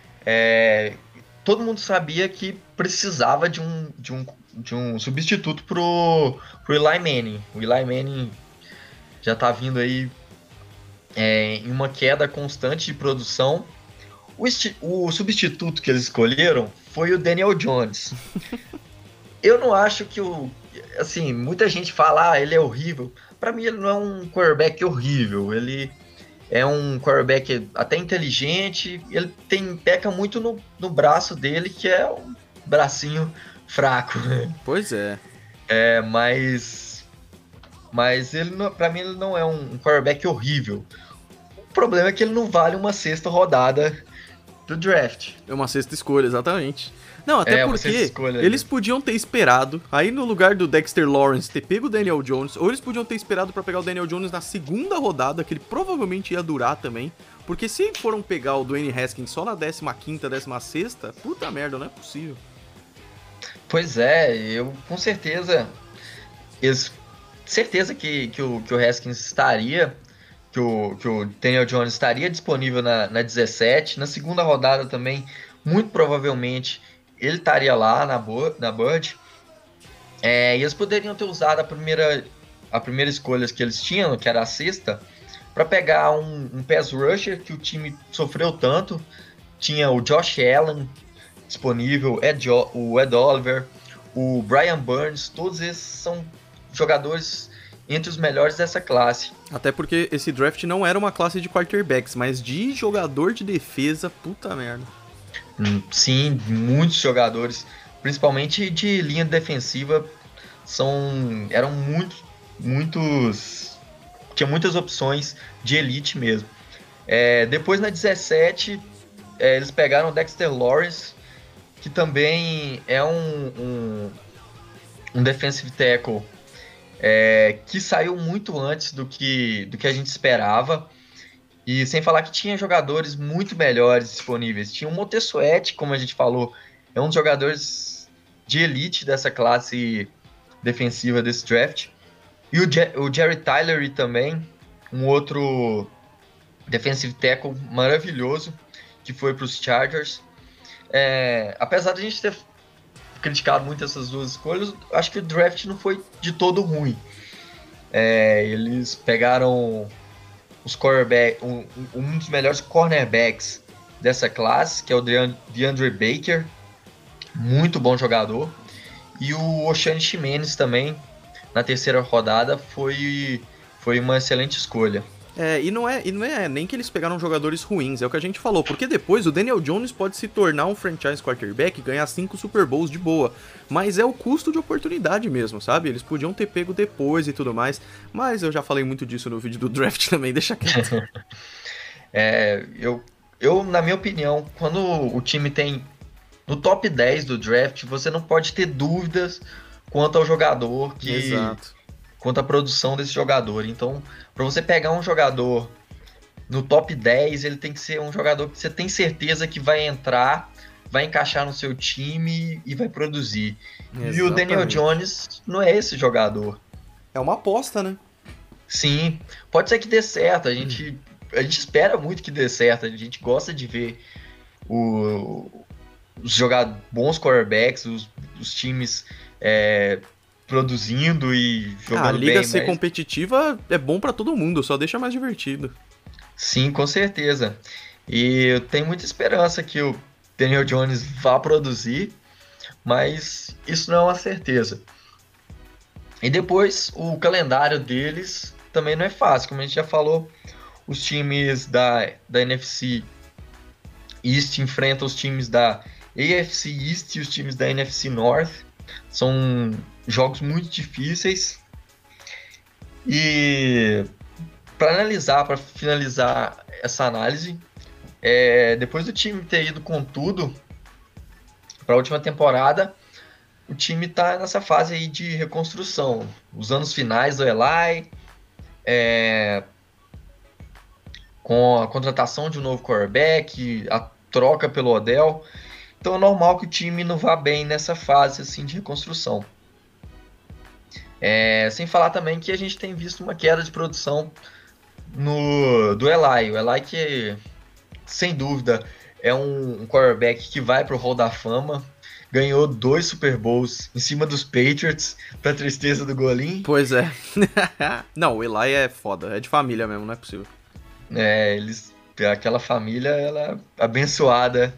Todo mundo sabia que precisava de um substituto pro Eli Manning. O Eli Manning já tá vindo aí em uma queda constante de produção. O substituto que eles escolheram foi o Daniel Jones. Eu não acho que assim, muita gente fala, ele é horrível. Para mim ele não é um quarterback horrível, ele é um quarterback até inteligente, ele peca muito no braço dele, que é um bracinho fraco. Pois é. Mas ele, para mim, ele não é um quarterback horrível. O problema é que ele não vale uma sexta rodada do draft. É uma sexta escolha, exatamente. Não, até porque eles ali. podiam ter esperado, aí no lugar do Dexter Lawrence ter pego o Daniel Jones, ou eles podiam ter esperado pra pegar o Daniel Jones na segunda rodada, que ele provavelmente ia durar também, porque se foram pegar o Dwayne Haskins só na 15ª, 16ª, puta merda, não é possível. Pois é, eu com certeza que o Haskins estaria, que o Daniel Jones estaria disponível na 17, na segunda rodada também, muito provavelmente ele estaria lá na Bird. E eles poderiam ter usado a primeira escolha que eles tinham, que era a sexta, para pegar um pass rusher que o time sofreu tanto. Tinha o Josh Allen disponível, o Ed Oliver, o Brian Burns, todos esses são jogadores entre os melhores dessa classe. Até porque esse draft não era uma classe de quarterbacks, mas de jogador de defesa, puta merda. Sim, muitos jogadores, principalmente de linha defensiva, eram muitos, tinha muitas opções de elite mesmo. Depois na 17, eles pegaram o Dexter Lawrence, que também é um defensive tackle que saiu muito antes do que a gente esperava. E sem falar que tinha jogadores muito melhores disponíveis. Tinha o Motessuet, como a gente falou, é um dos jogadores de elite dessa classe defensiva desse draft. E o Jerry Tillery também, um outro defensive tackle maravilhoso, que foi para os Chargers. Apesar de a gente ter criticado muito essas duas escolhas, acho que o draft não foi de todo ruim. Eles pegaram um dos melhores cornerbacks dessa classe, que é o DeAndre Baker, muito bom jogador. E o Oshane Ximines também, na terceira rodada, foi uma excelente escolha. E não é nem que eles pegaram jogadores ruins, é o que a gente falou, porque depois o Daniel Jones pode se tornar um franchise quarterback e ganhar 5 Super Bowls de boa, mas é o custo de oportunidade mesmo, sabe? Eles podiam ter pego depois e tudo mais, mas eu já falei muito disso no vídeo do draft também, deixa quieto. Eu, na minha opinião, quando o time tem no top 10 do draft, você não pode ter dúvidas quanto ao jogador Exato. Quanto à produção desse jogador. Então, para você pegar um jogador no top 10, ele tem que ser um jogador que você tem certeza que vai entrar, vai encaixar no seu time e vai produzir. Exatamente. E o Daniel Jones não é esse jogador. É uma aposta, né? Sim, pode ser que dê certo. A gente espera muito que dê certo. A gente gosta de ver os bons quarterbacks, os times produzindo e jogando bem. A liga ser competitiva é bom pra todo mundo, só deixa mais divertido. Sim, com certeza. E eu tenho muita esperança que o Daniel Jones vá produzir, mas isso não é uma certeza. E depois, o calendário deles também não é fácil. Como a gente já falou, os times da NFC East enfrentam os times da AFC East e os times da NFC North. São jogos muito difíceis. E para finalizar essa análise, depois do time ter ido com tudo para a última temporada, o time está nessa fase aí de reconstrução. Os anos finais do Eli, com a contratação de um novo quarterback, a troca pelo Odell. Então é normal que o time não vá bem nessa fase assim, de reconstrução. Sem falar também que a gente tem visto uma queda de produção do Eli. O Eli que, sem dúvida, é um quarterback que vai para o Hall da Fama. Ganhou 2 Super Bowls em cima dos Patriots, pra tristeza do Golim. Pois é. Não, o Eli é foda, é de família mesmo, não é possível. Aquela família, ela é abençoada.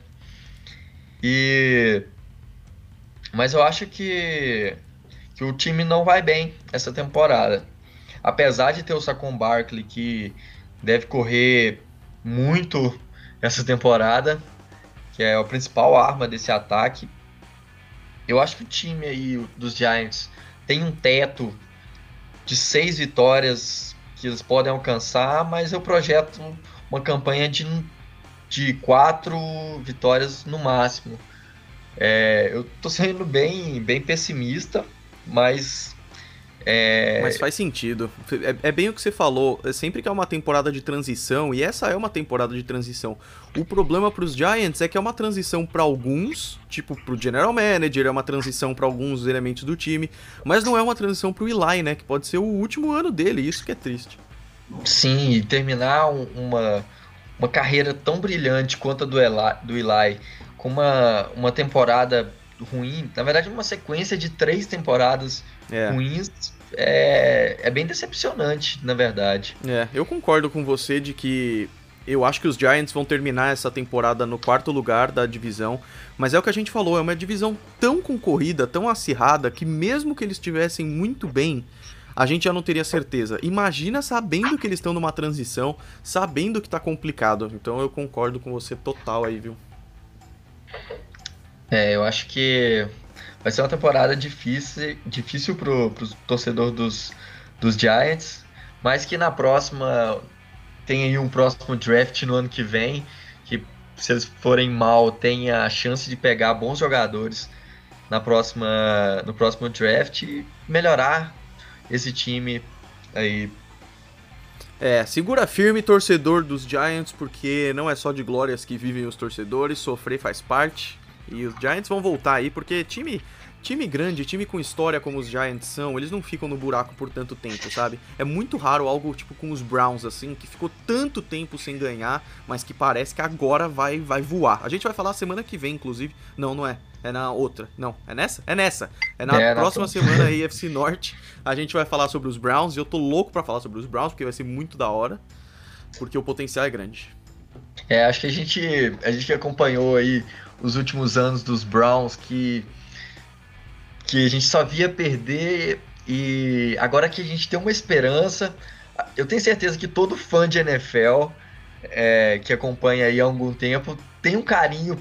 Mas eu acho que o time não vai bem essa temporada. Apesar de ter o Saquon Barkley, que deve correr muito essa temporada, que é a principal arma desse ataque, eu acho que o time aí dos Giants tem um teto de 6 vitórias que eles podem alcançar, mas eu projeto uma campanha de 4 vitórias no máximo. Eu tô sendo bem pessimista, mas Mas faz sentido. É bem o que você falou. Sempre que é uma temporada de transição, e essa é uma temporada de transição, o problema pros Giants é que é uma transição pra alguns, tipo pro General Manager, é uma transição pra alguns elementos do time, mas não é uma transição pro Eli, né? Que pode ser o último ano dele, isso que é triste. Sim, e terminar uma carreira tão brilhante quanto a do Eli, com uma temporada ruim, na verdade uma sequência de 3 temporadas ruins, é bem decepcionante, na verdade. Eu concordo com você de que eu acho que os Giants vão terminar essa temporada no 4º lugar da divisão, mas é o que a gente falou, é uma divisão tão concorrida, tão acirrada, que mesmo que eles estivessem muito bem, a gente já não teria certeza. Imagina sabendo que eles estão numa transição, sabendo que tá complicado. Então eu concordo com você total aí, viu? Eu acho que vai ser uma temporada difícil pro torcedor dos Giants, mas que na próxima tem aí um próximo draft no ano que vem, que se eles forem mal, tem a chance de pegar bons jogadores no próximo draft e melhorar esse time aí. Segura firme, torcedor dos Giants, porque não é só de glórias que vivem os torcedores, sofrer faz parte. E os Giants vão voltar aí, porque time grande, time com história como os Giants são, eles não ficam no buraco por tanto tempo, sabe? É muito raro algo tipo com os Browns, assim, que ficou tanto tempo sem ganhar, mas que parece que agora vai voar. A gente vai falar semana que vem, inclusive. Não é. É na outra. Não, é nessa? É nessa. É na próxima semana aí, AFC Norte. A gente vai falar sobre os Browns, e eu tô louco pra falar sobre os Browns, porque vai ser muito da hora, porque o potencial é grande. Acho que a gente acompanhou aí os últimos anos dos Browns, que a gente só via perder, e agora que a gente tem uma esperança, eu tenho certeza que todo fã de NFL que acompanha aí há algum tempo tem um carinho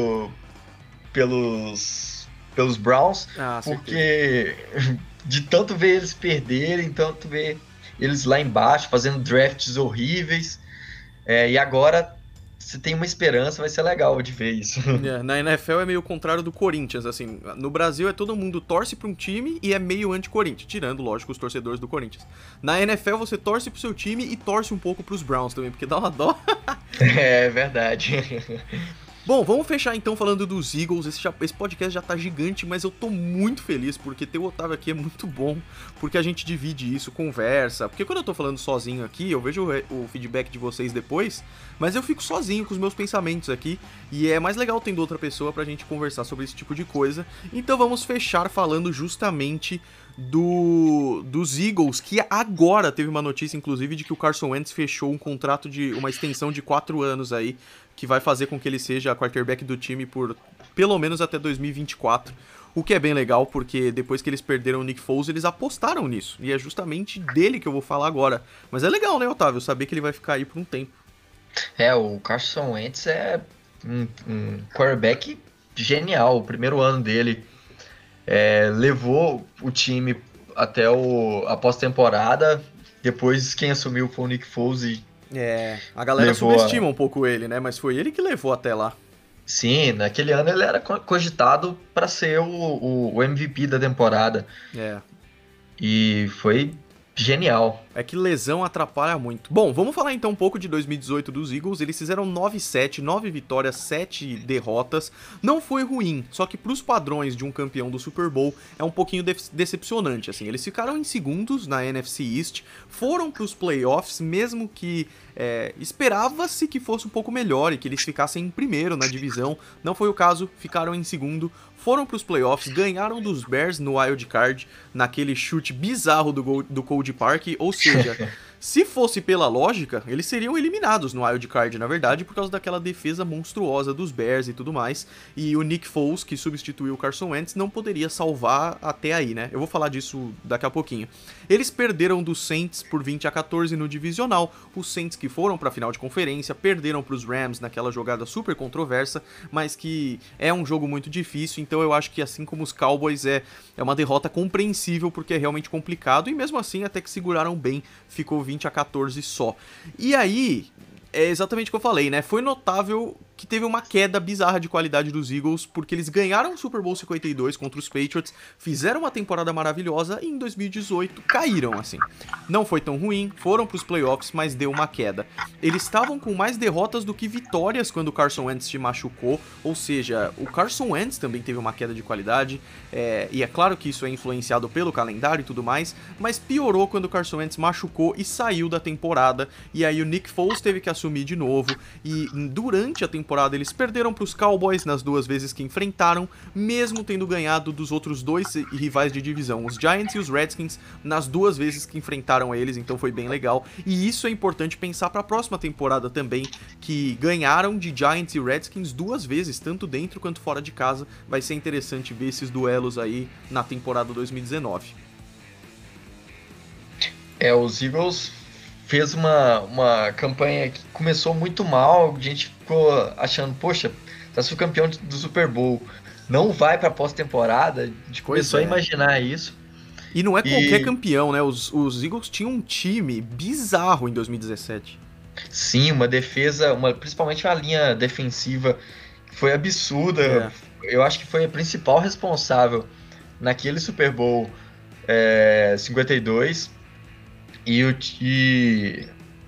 pelos Browns, porque de tanto ver eles perderem, tanto ver eles lá embaixo fazendo drafts horríveis, e agora se tem uma esperança, vai ser legal de ver isso. Na NFL é meio o contrário do Corinthians, assim. No Brasil é todo mundo torce pra um time e é meio anti-Corinthians, tirando, lógico, os torcedores do Corinthians. Na NFL você torce pro seu time e torce um pouco pros Browns também, porque dá uma dó. É verdade. Bom, vamos fechar então falando dos Eagles. Esse podcast já tá gigante, mas eu tô muito feliz porque ter o Otávio aqui é muito bom, porque a gente divide isso, conversa. Porque quando eu tô falando sozinho aqui, eu vejo o feedback de vocês depois, mas eu fico sozinho com os meus pensamentos aqui, e é mais legal tendo outra pessoa pra gente conversar sobre esse tipo de coisa. Então vamos fechar falando justamente dos Eagles, que agora teve uma notícia, inclusive, de que o Carson Wentz fechou um contrato de uma extensão de 4 anos aí, que vai fazer com que ele seja quarterback do time por pelo menos até 2024, o que é bem legal, porque depois que eles perderam o Nick Foles, eles apostaram nisso, e é justamente dele que eu vou falar agora. Mas é legal, né, Otávio, saber que ele vai ficar aí por um tempo. O Carson Wentz é um quarterback genial. O primeiro ano dele levou o time até a pós-temporada. Depois quem assumiu foi o Nick Foles e a galera subestima um pouco ele, né? Mas foi ele que levou até lá. Sim, naquele ano ele era cogitado para ser o MVP da temporada. E foi genial. É que lesão atrapalha muito. Bom, vamos falar então um pouco de 2018 dos Eagles. Eles fizeram 9-7, 9 vitórias, 7 derrotas. Não foi ruim, só que pros padrões de um campeão do Super Bowl é um pouquinho decepcionante, assim. Eles ficaram em segundos na NFC East, foram pros playoffs, mesmo que esperava-se que fosse um pouco melhor e que eles ficassem em primeiro na divisão. Não foi o caso, ficaram em segundo, foram pros playoffs, ganharam dos Bears no Wild Card, naquele chute bizarro do Cold Park, ou seja, se fosse pela lógica, eles seriam eliminados no Wild Card, na verdade, por causa daquela defesa monstruosa dos Bears e tudo mais, e o Nick Foles, que substituiu o Carson Wentz, não poderia salvar até aí, né? Eu vou falar disso daqui a pouquinho. Eles perderam dos Saints por 20-14 no divisional, os Saints que foram pra final de conferência, perderam pros Rams naquela jogada super controversa, mas que é um jogo muito difícil, então eu acho que assim como os Cowboys é uma derrota compreensível, porque é realmente complicado, e mesmo assim até que seguraram bem, ficou 20-14 só. E aí, é exatamente o que eu falei, né? Foi notável que teve uma queda bizarra de qualidade dos Eagles, porque eles ganharam o Super Bowl 52 contra os Patriots, fizeram uma temporada maravilhosa e em 2018 caíram, assim. Não foi tão ruim, foram pros playoffs, mas deu uma queda. Eles estavam com mais derrotas do que vitórias quando o Carson Wentz se machucou, ou seja, o Carson Wentz também teve uma queda de qualidade, e é claro que isso é influenciado pelo calendário e tudo mais, mas piorou quando o Carson Wentz machucou e saiu da temporada, e aí o Nick Foles teve que assumir de novo, e durante a temporada eles perderam para os Cowboys nas 2 vezes que enfrentaram, mesmo tendo ganhado dos outros 2 rivais de divisão, os Giants e os Redskins, nas 2 vezes que enfrentaram eles, então foi bem legal, e isso é importante pensar para a próxima temporada também, que ganharam de Giants e Redskins 2 vezes, tanto dentro quanto fora de casa. Vai ser interessante ver esses duelos aí na temporada 2019. Os Eagles fez uma campanha que começou muito mal, a gente ficou achando, poxa, tá sendo campeão do Super Bowl, não vai pra pós-temporada, a gente começou a imaginar isso. E não é qualquer campeão, né? Os Eagles tinham um time bizarro em 2017. Sim, uma defesa, principalmente uma linha defensiva que foi absurda. Eu acho que foi a principal responsável naquele Super Bowl 52. E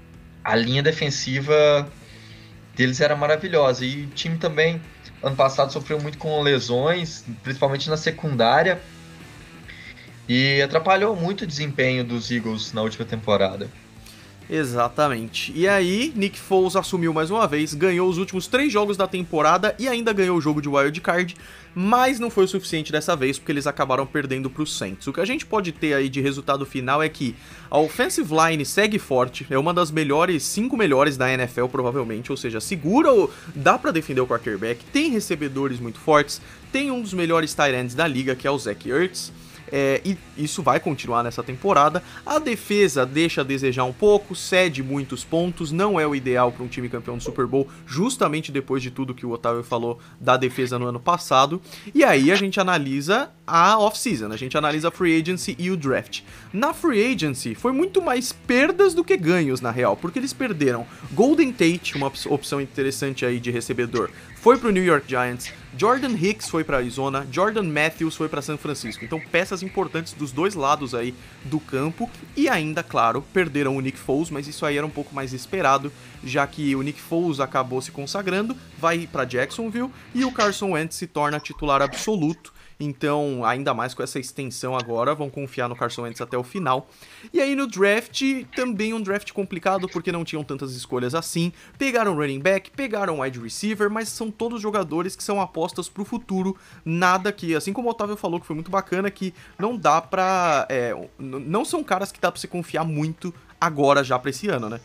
a linha defensiva deles era maravilhosa. E o time também, ano passado, sofreu muito com lesões, principalmente na secundária, e atrapalhou muito o desempenho dos Eagles na última temporada. Exatamente. E aí, Nick Foles assumiu mais uma vez, ganhou os últimos 3 jogos da temporada e ainda ganhou o jogo de Wild Card, mas não foi o suficiente dessa vez porque eles acabaram perdendo para os Saints. O que a gente pode ter aí de resultado final é que a offensive line segue forte, é uma das melhores, 5 melhores da NFL provavelmente, ou seja, segura, dá para defender o quarterback, tem recebedores muito fortes, tem um dos melhores tight ends da liga que é o Zach Ertz. E isso vai continuar nessa temporada. A defesa deixa a desejar um pouco, cede muitos pontos, não é o ideal para um time campeão do Super Bowl, justamente depois de tudo que o Otávio falou da defesa no ano passado. E aí a gente analisa a off-season, a gente analisa a free agency e o draft. Na free agency foi muito mais perdas do que ganhos na real, porque eles perderam Golden Tate, uma opção interessante aí de recebedor, foi pro New York Giants, Jordan Hicks foi para Arizona, Jordan Matthews foi para São Francisco. Então peças importantes dos dois lados aí do campo. E ainda, claro, perderam o Nick Foles, mas isso aí era um pouco mais esperado, já que o Nick Foles acabou se consagrando, vai para Jacksonville e o Carson Wentz se torna titular absoluto. Então, ainda mais com essa extensão agora, vão confiar no Carson Wentz até o final. E aí no draft, também um draft complicado, porque não tinham tantas escolhas assim. Pegaram running back, pegaram wide receiver, mas são todos jogadores que são apostas pro futuro. Nada que, assim como o Otávio falou, que foi muito bacana, que não dá pra... não são caras que dá pra você confiar muito agora já pra esse ano, né?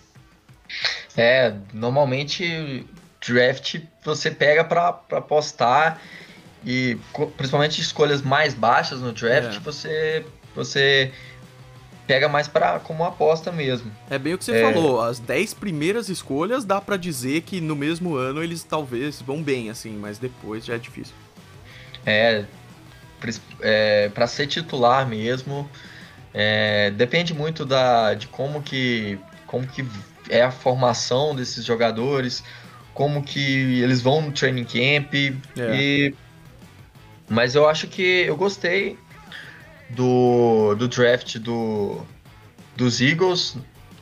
Normalmente draft você pega pra apostar... E principalmente escolhas mais baixas no draft, você pega mais como aposta mesmo. É bem o que você falou, as 10 primeiras escolhas dá pra dizer que no mesmo ano eles talvez vão bem, assim, mas depois já é difícil. Pra ser titular mesmo, depende muito de como que é a formação desses jogadores, como que eles vão no training camp Mas eu acho que eu gostei do draft dos Eagles.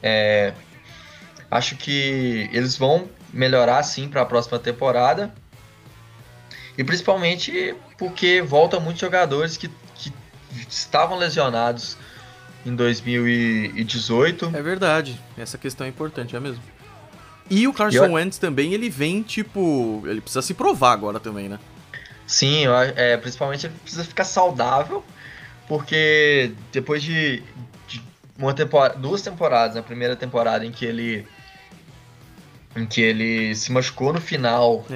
Acho que eles vão melhorar sim para a próxima temporada. E principalmente porque voltam muitos jogadores que estavam lesionados em 2018. É verdade, essa questão é importante, é mesmo. E o Carson Wentz também, ele vem ele precisa se provar agora também, né? Sim, principalmente ele precisa ficar saudável, porque depois de duas temporadas, na primeira temporada em que ele se machucou no final,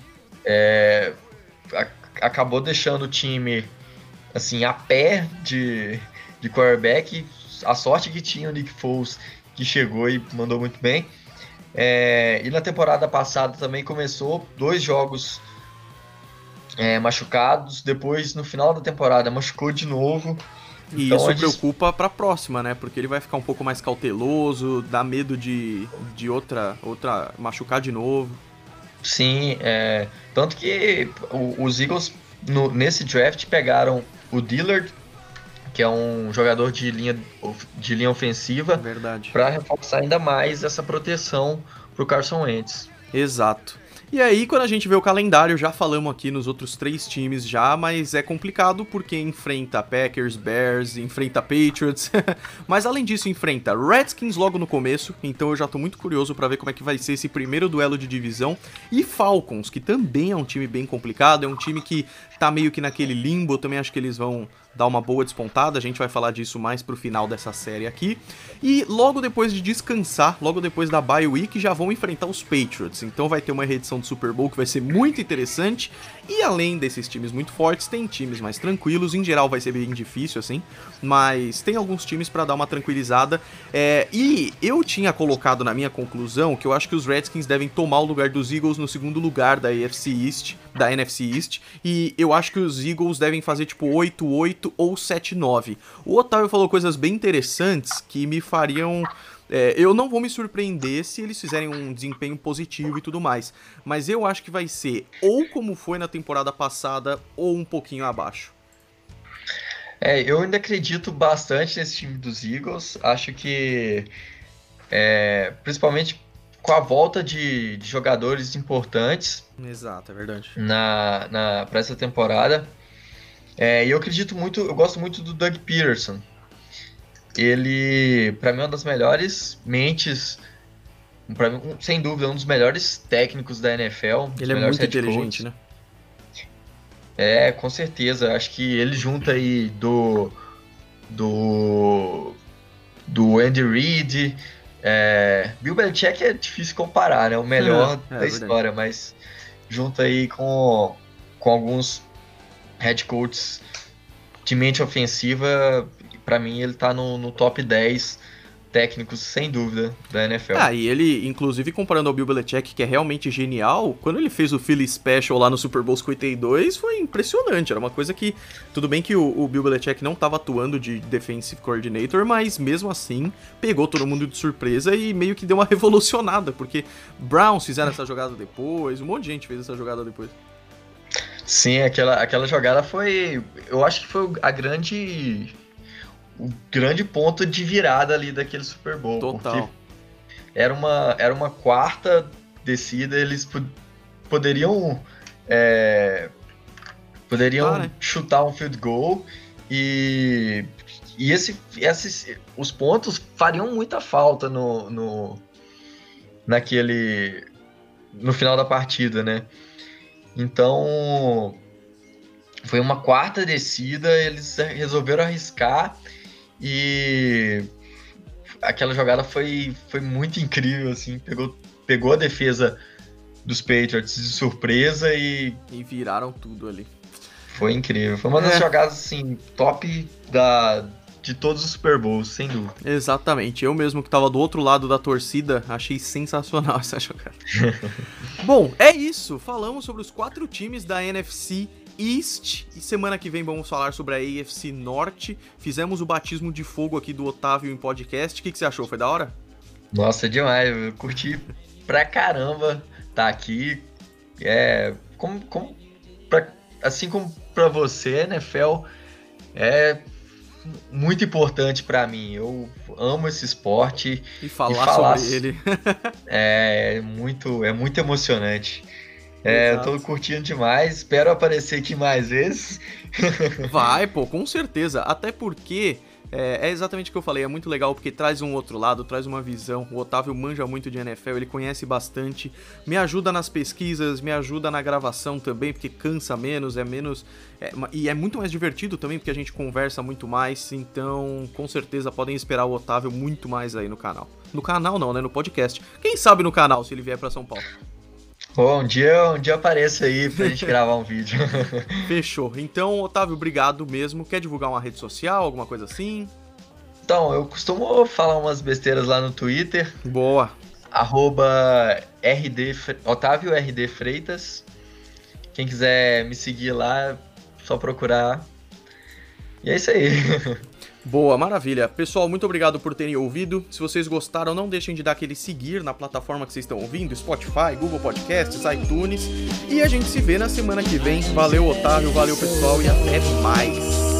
acabou deixando o time assim a pé de quarterback. A sorte que tinha o Nick Foles, que chegou e mandou muito bem. E na temporada passada também começou 2 jogos machucados, depois no final da temporada machucou de novo. E então, isso preocupa pra próxima, né? Porque ele vai ficar um pouco mais cauteloso, dá medo de outra machucar de novo. Sim, tanto que os Eagles nesse draft pegaram o Dillard, que é um jogador de linha ofensiva, para reforçar ainda mais essa proteção pro Carson Wentz. Exato. E aí, quando a gente vê o calendário, já falamos aqui nos outros 3 times já, mas é complicado porque enfrenta Packers, Bears, enfrenta Patriots, mas além disso enfrenta Redskins logo no começo, então eu já tô muito curioso pra ver como é que vai ser esse primeiro duelo de divisão, e Falcons, que também é um time bem complicado, é um time que tá meio que naquele limbo, eu também acho que eles vão dar uma boa despontada, a gente vai falar disso mais pro final dessa série aqui. E logo depois de descansar, logo depois da bye week, já vão enfrentar os Patriots, então vai ter uma reedição do Super Bowl que vai ser muito interessante. E além desses times muito fortes, tem times mais tranquilos, em geral vai ser bem difícil assim, mas tem alguns times pra dar uma tranquilizada. E eu tinha colocado na minha conclusão que eu acho que os Redskins devem tomar o lugar dos Eagles no segundo lugar da NFC East, e eu acho que os Eagles devem fazer tipo 8-8 ou 7-9. O Otávio falou coisas bem interessantes que me fariam... eu não vou me surpreender se eles fizerem um desempenho positivo e tudo mais, mas eu acho que vai ser ou como foi na temporada passada ou um pouquinho abaixo. Eu ainda acredito bastante nesse time dos Eagles. Acho que principalmente com a volta de jogadores importantes. Exato, é verdade. Para essa temporada. E eu gosto muito do Doug Peterson. Ele, para mim, é uma das melhores mentes, pra mim, sem dúvida, um dos melhores técnicos da NFL. Ele é muito inteligente, né? Com certeza. Acho que ele junta aí do Andy Reid. Bill Belichick é difícil comparar, né? O melhor da história, mas junta aí com alguns head coaches de mente ofensiva. Pra mim, ele tá no top 10 técnicos, sem dúvida, da NFL. E ele, inclusive, comparando ao Bill Belichick, que é realmente genial, quando ele fez o Philly Special lá no Super Bowl 52, foi impressionante. Era uma coisa que, tudo bem que o Bill Belichick não tava atuando de Defensive Coordinator, mas mesmo assim, pegou todo mundo de surpresa e meio que deu uma revolucionada, porque Browns fizeram essa jogada depois, um monte de gente fez essa jogada depois. Sim, aquela jogada eu acho que foi o grande ponto de virada ali daquele Super Bowl. Total. Era uma quarta descida, eles poderiam chutar um field goal e os pontos fariam muita falta no final da partida, né? Então foi uma quarta descida, eles resolveram arriscar. E aquela jogada foi muito incrível, assim, pegou a defesa dos Patriots de surpresa e viraram tudo ali. Foi incrível, foi uma das jogadas, assim, top de todos os Super Bowls, sem dúvida. Exatamente, eu mesmo que tava do outro lado da torcida, achei sensacional essa jogada. Bom, é isso, falamos sobre os 4 times da NFC East, e semana que vem vamos falar sobre a AFC Norte. Fizemos o batismo de fogo aqui do Otávio em podcast. O que você achou? Foi da hora? Nossa, demais, eu curti pra caramba tá aqui. Assim como pra você, né, Fel, é muito importante pra mim. Eu amo esse esporte. E falar sobre ele. É muito emocionante. Eu tô curtindo demais, espero aparecer aqui mais vezes. Vai, com certeza. Até porque é exatamente o que eu falei, é muito legal porque traz um outro lado, traz uma visão. O Otávio manja muito de NFL, ele conhece bastante, me ajuda nas pesquisas, me ajuda na gravação também, porque cansa menos, e é muito mais divertido também, porque a gente conversa muito mais. Então, com certeza, podem esperar o Otávio muito mais aí no canal. No canal não, né? No podcast. Quem sabe no canal, se ele vier pra São Paulo. Um dia apareça aí pra gente gravar um vídeo. Fechou. Então, Otávio, obrigado mesmo. Quer divulgar uma rede social, alguma coisa assim? Então, eu costumo falar umas besteiras lá no Twitter. Boa. @Otávio RD Freitas. Quem quiser me seguir lá, só procurar. E é isso aí. Boa, maravilha. Pessoal, muito obrigado por terem ouvido. Se vocês gostaram, não deixem de dar aquele seguir na plataforma que vocês estão ouvindo, Spotify, Google Podcasts, iTunes. E a gente se vê na semana que vem. Valeu, Otávio, valeu, pessoal, e até mais.